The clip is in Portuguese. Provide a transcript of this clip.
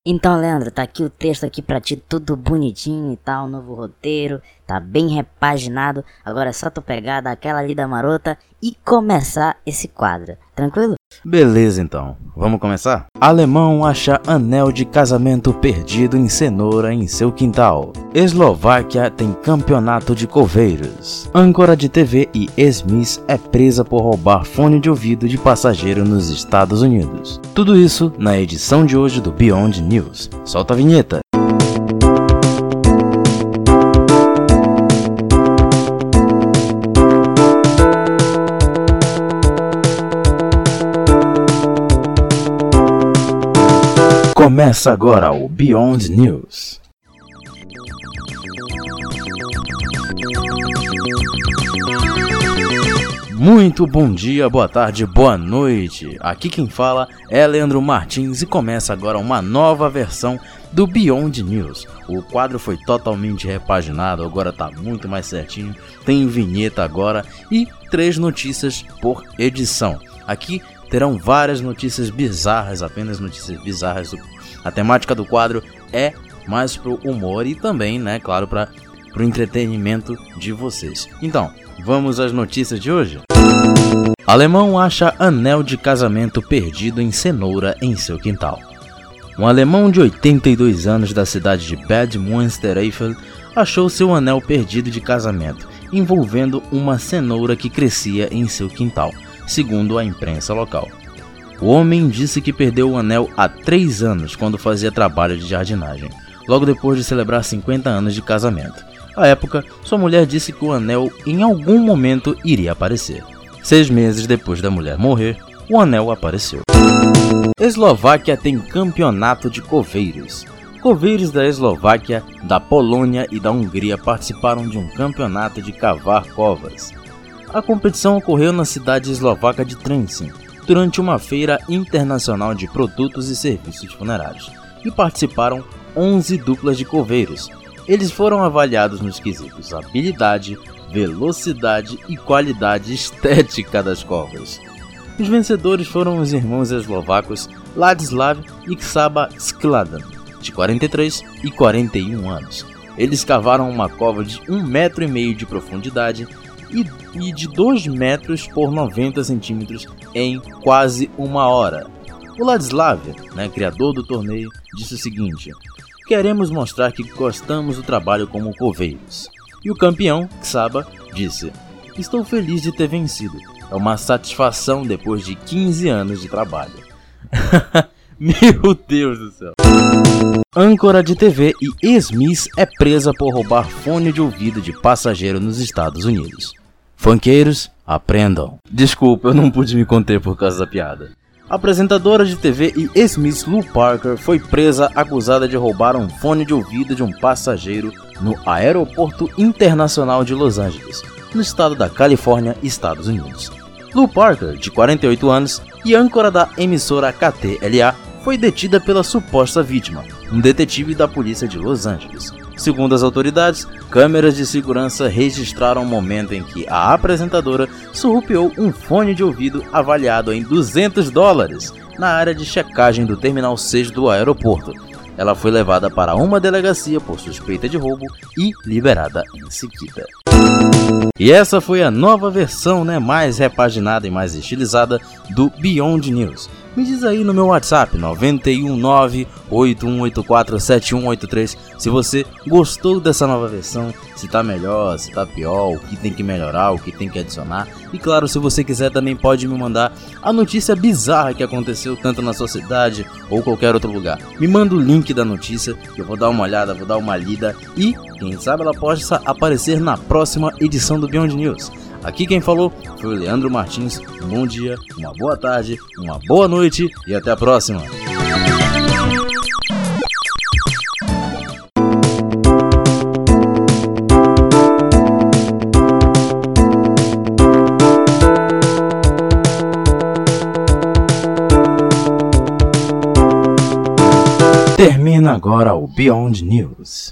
Então, Leandro, tá aqui o texto aqui pra ti, tudo bonitinho e tal, novo roteiro, tá bem repaginado. Agora é só tu pegar, dar aquela lida marota e começar esse quadro, tranquilo? Beleza então, vamos começar? Alemão acha anel de casamento perdido em cenoura em seu quintal. Eslováquia tem campeonato de coveiros. Âncora de TV e ex-miss é presa por roubar fone de ouvido de passageiro nos Estados Unidos. Tudo isso na edição de hoje do Beyond News. Solta a vinheta. Começa agora o Beyond News. Muito bom dia, boa tarde, boa noite. Aqui quem fala é Leandro Martins e começa agora uma nova versão do Beyond News. O quadro foi totalmente repaginado, agora tá muito mais certinho, tem vinheta agora e 3 notícias por edição. Aqui terão várias notícias bizarras, apenas notícias bizarras. A temática do quadro é mais pro humor e também, né, claro, pro entretenimento de vocês. Então, vamos às notícias de hoje? Alemão acha anel de casamento perdido em cenoura em seu quintal. Um alemão de 82 anos da cidade de Bad Münstereifel achou seu anel perdido de casamento, envolvendo uma cenoura que crescia em seu quintal, segundo a imprensa local. O homem disse que perdeu o anel há 3 anos quando fazia trabalho de jardinagem, logo depois de celebrar 50 anos de casamento. À época, sua mulher disse que o anel em algum momento iria aparecer. 6 meses depois da mulher morrer, o anel apareceu. Eslováquia tem campeonato de coveiros. Coveiros da Eslováquia, da Polônia e da Hungria participaram de um campeonato de cavar covas. A competição ocorreu na cidade eslovaca de Trenčín, durante uma feira internacional de produtos e serviços funerários, e participaram 11 duplas de coveiros. Eles foram avaliados nos quesitos habilidade, velocidade e qualidade estética das covas. Os vencedores foram os irmãos eslovacos Ladislav e Csaba Skladan, de 43 e 41 anos. Eles cavaram uma cova de 1,5 metro de profundidade e de 2 metros por 90 centímetros em quase 1 hora. O Ladislav, criador do torneio, disse o seguinte: "Queremos mostrar que gostamos do trabalho como coveiros." E o campeão, Csaba, disse: "Estou feliz de ter vencido. É uma satisfação depois de 15 anos de trabalho." Meu Deus do céu. Âncora de TV e ex-miss é presa por roubar fone de ouvido de passageiro nos Estados Unidos. Funkeiros, aprendam. Desculpa, eu não pude me conter por causa da piada. A apresentadora de TV e ex-miss Lou Parker foi presa acusada de roubar um fone de ouvido de um passageiro no Aeroporto Internacional de Los Angeles, no estado da Califórnia, Estados Unidos. Lou Parker, de 48 anos e âncora da emissora KTLA, foi detida pela suposta vítima, um detetive da polícia de Los Angeles. Segundo as autoridades, câmeras de segurança registraram o momento em que a apresentadora surrupiou um fone de ouvido avaliado em $200 na área de checagem do Terminal 6 do aeroporto. Ela foi levada para uma delegacia por suspeita de roubo e liberada em seguida. E essa foi a nova versão, mais repaginada e mais estilizada do Beyond News. Me diz aí no meu WhatsApp 919-8184-7183 se você gostou dessa nova versão, se tá melhor, se tá pior, o que tem que melhorar, o que tem que adicionar. E claro, se você quiser também pode me mandar a notícia bizarra que aconteceu tanto na sua cidade ou qualquer outro lugar. Me manda o link da notícia que eu vou dar uma olhada, vou dar uma lida e quem sabe ela possa aparecer na próxima edição do Beyond News. Aqui quem falou foi o Leandro Martins. Um bom dia, uma boa tarde, uma boa noite e até a próxima. Termina agora o Beyond News.